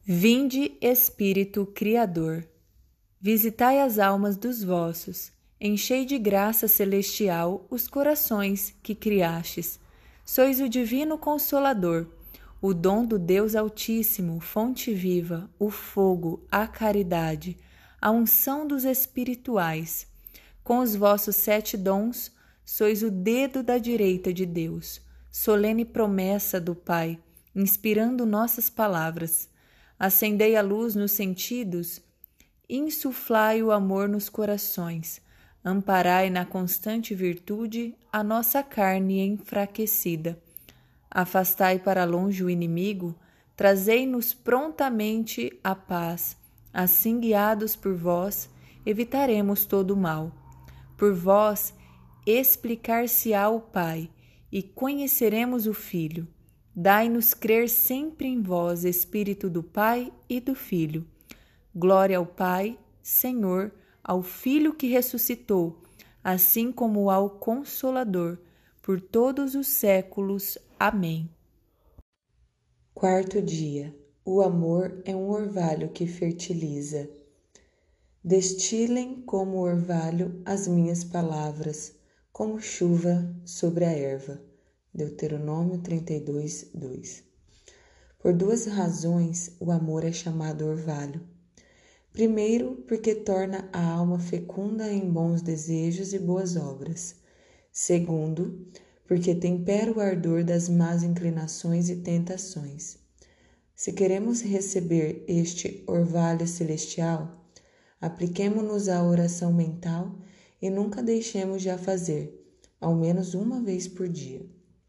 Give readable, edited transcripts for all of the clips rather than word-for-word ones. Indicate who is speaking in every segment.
Speaker 1: Vinde, Espírito Criador, visitai as almas dos vossos, enchei de graça celestial os corações que criastes. Sois o divino Consolador, o dom do Deus Altíssimo, fonte viva, o fogo, a caridade, a unção dos espirituais. Com os vossos 7 dons, sois o dedo da direita de Deus, solene promessa do Pai, inspirando nossas palavras. Acendei a luz nos sentidos, insuflai o amor nos corações, amparai na constante virtude a nossa carne enfraquecida. Afastai para longe o inimigo, trazei-nos prontamente a paz. Assim, guiados por vós, evitaremos todo o mal. Por vós, explicar-se-á o Pai, e conheceremos o Filho. Dai-nos crer sempre em vós, Espírito do Pai e do Filho. Glória ao Pai, Senhor, ao Filho que ressuscitou, assim como ao Consolador, por todos os séculos. Amém.
Speaker 2: Quarto dia. O amor é um orvalho que fertiliza. Destilem como orvalho as minhas palavras, como chuva sobre a erva. Deuteronômio 32, 2. Por 2 razões o amor é chamado orvalho. Primeiro, porque torna a alma fecunda em bons desejos e boas obras. Segundo, porque tempera o ardor das más inclinações e tentações. Se queremos receber este orvalho celestial, apliquemo-nos à oração mental e nunca deixemos de a fazer, ao menos uma vez por dia.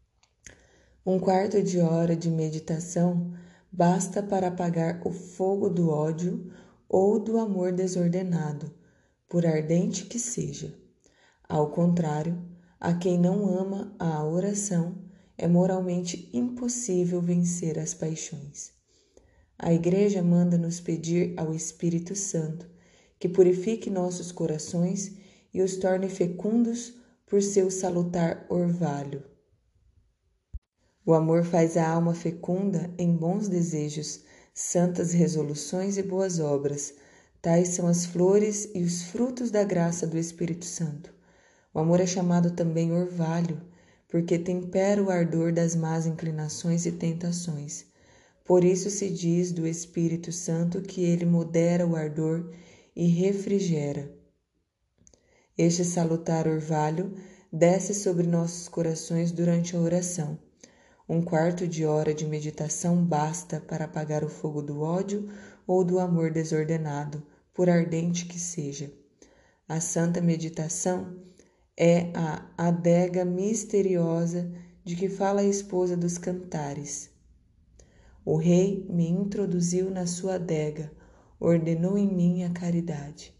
Speaker 2: 1/4 de hora de meditação basta para apagar o fogo do ódio ou do amor desordenado, por ardente que seja. Ao contrário, a quem não ama a oração, é moralmente impossível vencer as paixões. A Igreja manda-nos pedir ao Espírito Santo que purifique nossos corações e os torne fecundos por seu salutar orvalho. O amor faz a alma fecunda em bons desejos, santas resoluções e boas obras. Tais são as flores e os frutos da graça do Espírito Santo. O amor é chamado também orvalho, porque tempera o ardor das más inclinações e tentações. Por isso se diz do Espírito Santo que ele modera o ardor e refrigera. Este salutar orvalho desce sobre nossos corações durante a oração. 1/4 de hora de meditação basta para apagar o fogo do ódio ou do amor desordenado, por ardente que seja. A santa meditação é a adega misteriosa de que fala a esposa dos Cantares. O rei me introduziu na sua adega, ordenou em mim a caridade.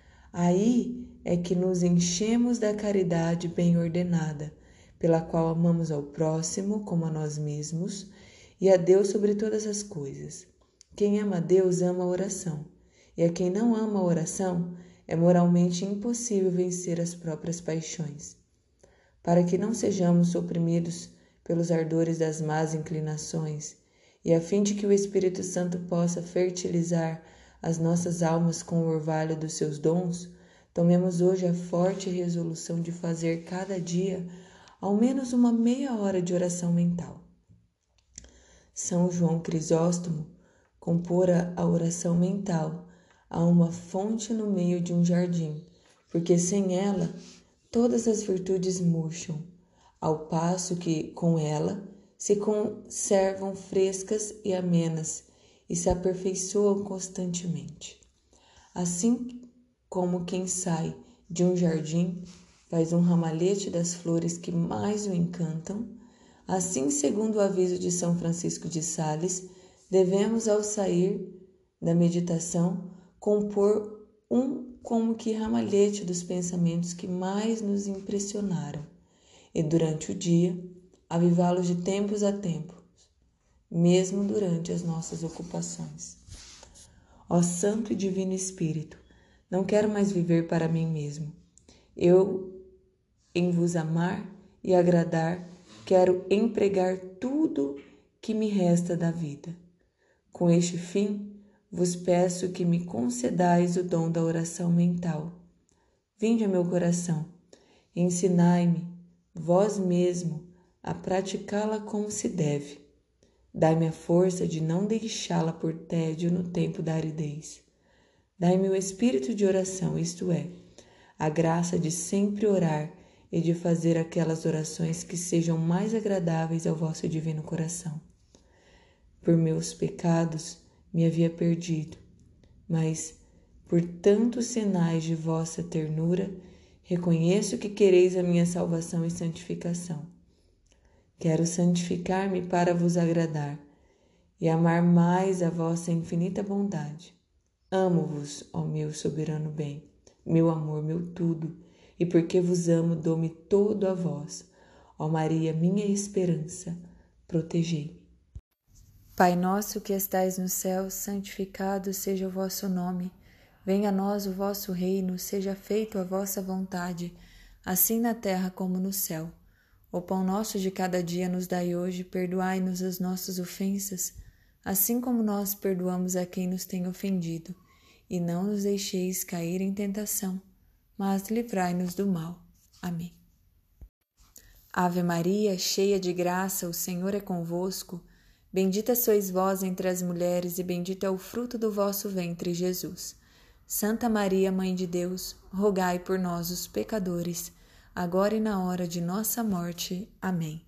Speaker 2: Aí é que nos enchemos da caridade bem ordenada, pela qual amamos ao próximo como a nós mesmos e a Deus sobre todas as coisas. Quem ama a Deus ama a oração, e a quem não ama a oração é moralmente impossível vencer as próprias paixões. Para que não sejamos oprimidos pelos ardores das más inclinações, e a fim de que o Espírito Santo possa fertilizar as nossas almas com o orvalho dos seus dons, tomemos hoje a forte resolução de fazer cada dia ao menos uma meia hora de oração mental. São João Crisóstomo compora a oração mental a uma fonte no meio de um jardim, porque sem ela todas as virtudes murcham, ao passo que com ela se conservam frescas e amenas e se aperfeiçoam constantemente. Assim como quem sai de um jardim faz um ramalhete das flores que mais o encantam, assim, segundo o aviso de São Francisco de Sales, devemos, ao sair da meditação, compor como que ramalhete dos pensamentos que mais nos impressionaram, e durante o dia, avivá-los de tempos a tempos, mesmo durante as nossas ocupações. Ó Santo e Divino Espírito, não quero mais viver para mim mesmo. Eu, em vos amar e agradar, quero empregar tudo que me resta da vida. Com este fim, vos peço que me concedais o dom da oração mental. Vinde a meu coração, ensinai-me, vós mesmo, a praticá-la como se deve. Dai-me a força de não deixá-la por tédio no tempo da aridez. Dai-me o espírito de oração, isto é, a graça de sempre orar e de fazer aquelas orações que sejam mais agradáveis ao vosso divino coração. Por meus pecados me havia perdido, mas, por tantos sinais de vossa ternura, reconheço que quereis a minha salvação e santificação. Quero santificar-me para vos agradar e amar mais a vossa infinita bondade. Amo-vos, ó meu soberano bem, meu amor, meu tudo, e porque vos amo, dou-me todo a vós. Ó Maria, minha esperança, protegei-me.
Speaker 1: Pai nosso que estais no céu, santificado seja o vosso nome. Venha a nós o vosso reino, seja feita a vossa vontade, assim na terra como no céu. O pão nosso de cada dia nos dai hoje, perdoai-nos as nossas ofensas, assim como nós perdoamos a quem nos tem ofendido. E não nos deixeis cair em tentação, mas livrai-nos do mal. Amém. Ave Maria, cheia de graça, o Senhor é convosco. Bendita sois vós entre as mulheres, e bendito é o fruto do vosso ventre, Jesus. Santa Maria, Mãe de Deus, rogai por nós, os pecadores, agora e na hora de nossa morte. Amém.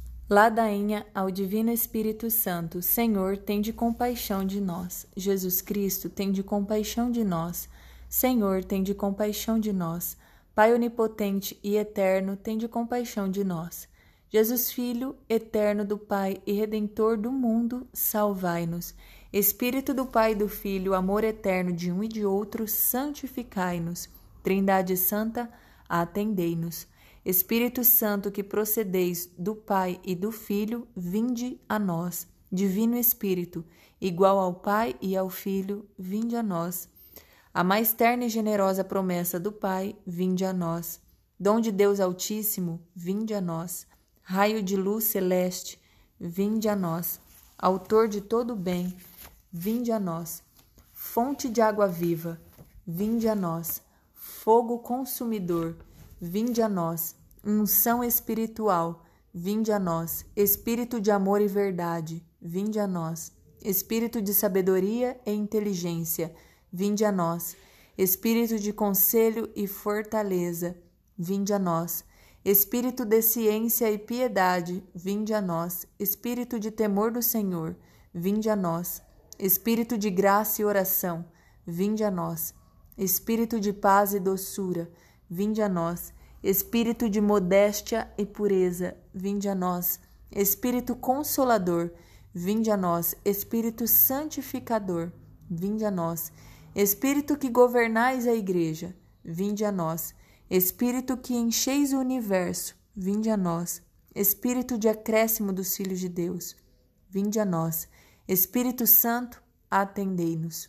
Speaker 1: Ladainha ao Divino Espírito Santo. Senhor, tende compaixão de nós. Jesus Cristo, tende compaixão de nós. Senhor, tende compaixão de nós. Pai onipotente e eterno, tende compaixão de nós. Jesus Filho, eterno do Pai e Redentor do mundo, salvai-nos. Espírito do Pai e do Filho, amor eterno de um e de outro, santificai-nos. Trindade Santa, atendei-nos. Espírito Santo, que procedeis do Pai e do Filho, vinde a nós. Divino Espírito, igual ao Pai e ao Filho, vinde a nós. A mais terna e generosa promessa do Pai, vinde a nós. Dom de Deus Altíssimo, vinde a nós. Raio de luz celeste, vinde a nós. Autor de todo bem, vinde a nós. Fonte de água viva, vinde a nós. Fogo consumidor, vinde a nós. Unção espiritual, vinde a nós. Espírito de amor e verdade, vinde a nós. Espírito de sabedoria e inteligência, vinde a nós. Espírito de conselho e fortaleza, vinde a nós. Espírito de ciência e piedade, vinde a nós. Espírito de temor do Senhor, vinde a nós. Espírito de graça e oração, vinde a nós. Espírito de paz e doçura, vinde a nós. Espírito de modéstia e pureza, vinde a nós. Espírito consolador, vinde a nós. Espírito santificador, vinde a nós. Espírito que governais a Igreja, vinde a nós. Espírito que encheis o universo, vinde a nós. Espírito de acréscimo dos filhos de Deus, vinde a nós. Espírito Santo, atendei-nos.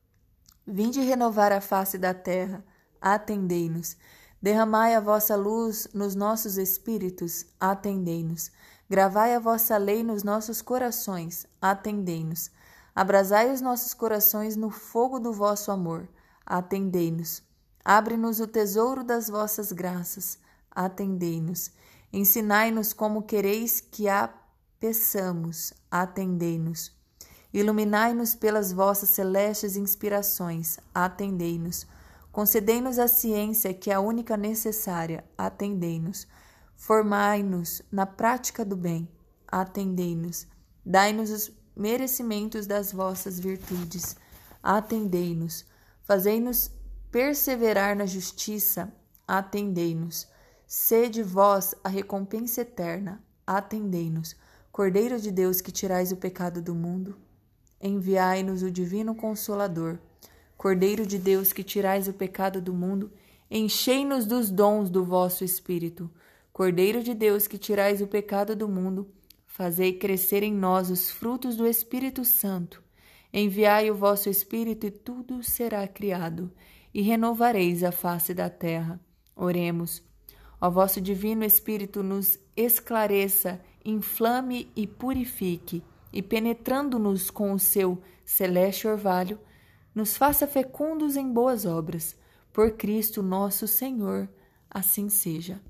Speaker 1: Vinde renovar a face da terra, atendei-nos. Derramai a vossa luz nos nossos espíritos, atendei-nos. Gravai a vossa lei nos nossos corações, atendei-nos. Abrasai os nossos corações no fogo do vosso amor, atendei-nos. Abre-nos o tesouro das vossas graças, atendei-nos. Ensinai-nos como quereis que a peçamos, atendei-nos. Iluminai-nos pelas vossas celestes inspirações, atendei-nos. Concedei-nos a ciência que é a única necessária, atendei-nos. Formai-nos na prática do bem, atendei-nos. Dai-nos os merecimentos das vossas virtudes, atendei-nos. Fazei-nos perseverar na justiça, atendei-nos. Sede vós a recompensa eterna, atendei-nos. Cordeiro de Deus que tirais o pecado do mundo, enviai-nos o divino Consolador. Cordeiro de Deus que tirais o pecado do mundo, enchei-nos dos dons do vosso Espírito. Cordeiro de Deus que tirais o pecado do mundo, fazei crescer em nós os frutos do Espírito Santo. Enviai o vosso Espírito e tudo será criado, e renovareis a face da terra. Oremos. Ó vosso divino Espírito nos esclareça, inflame e purifique, e penetrando-nos com o seu celeste orvalho, nos faça fecundos em boas obras. Por Cristo nosso Senhor, assim seja.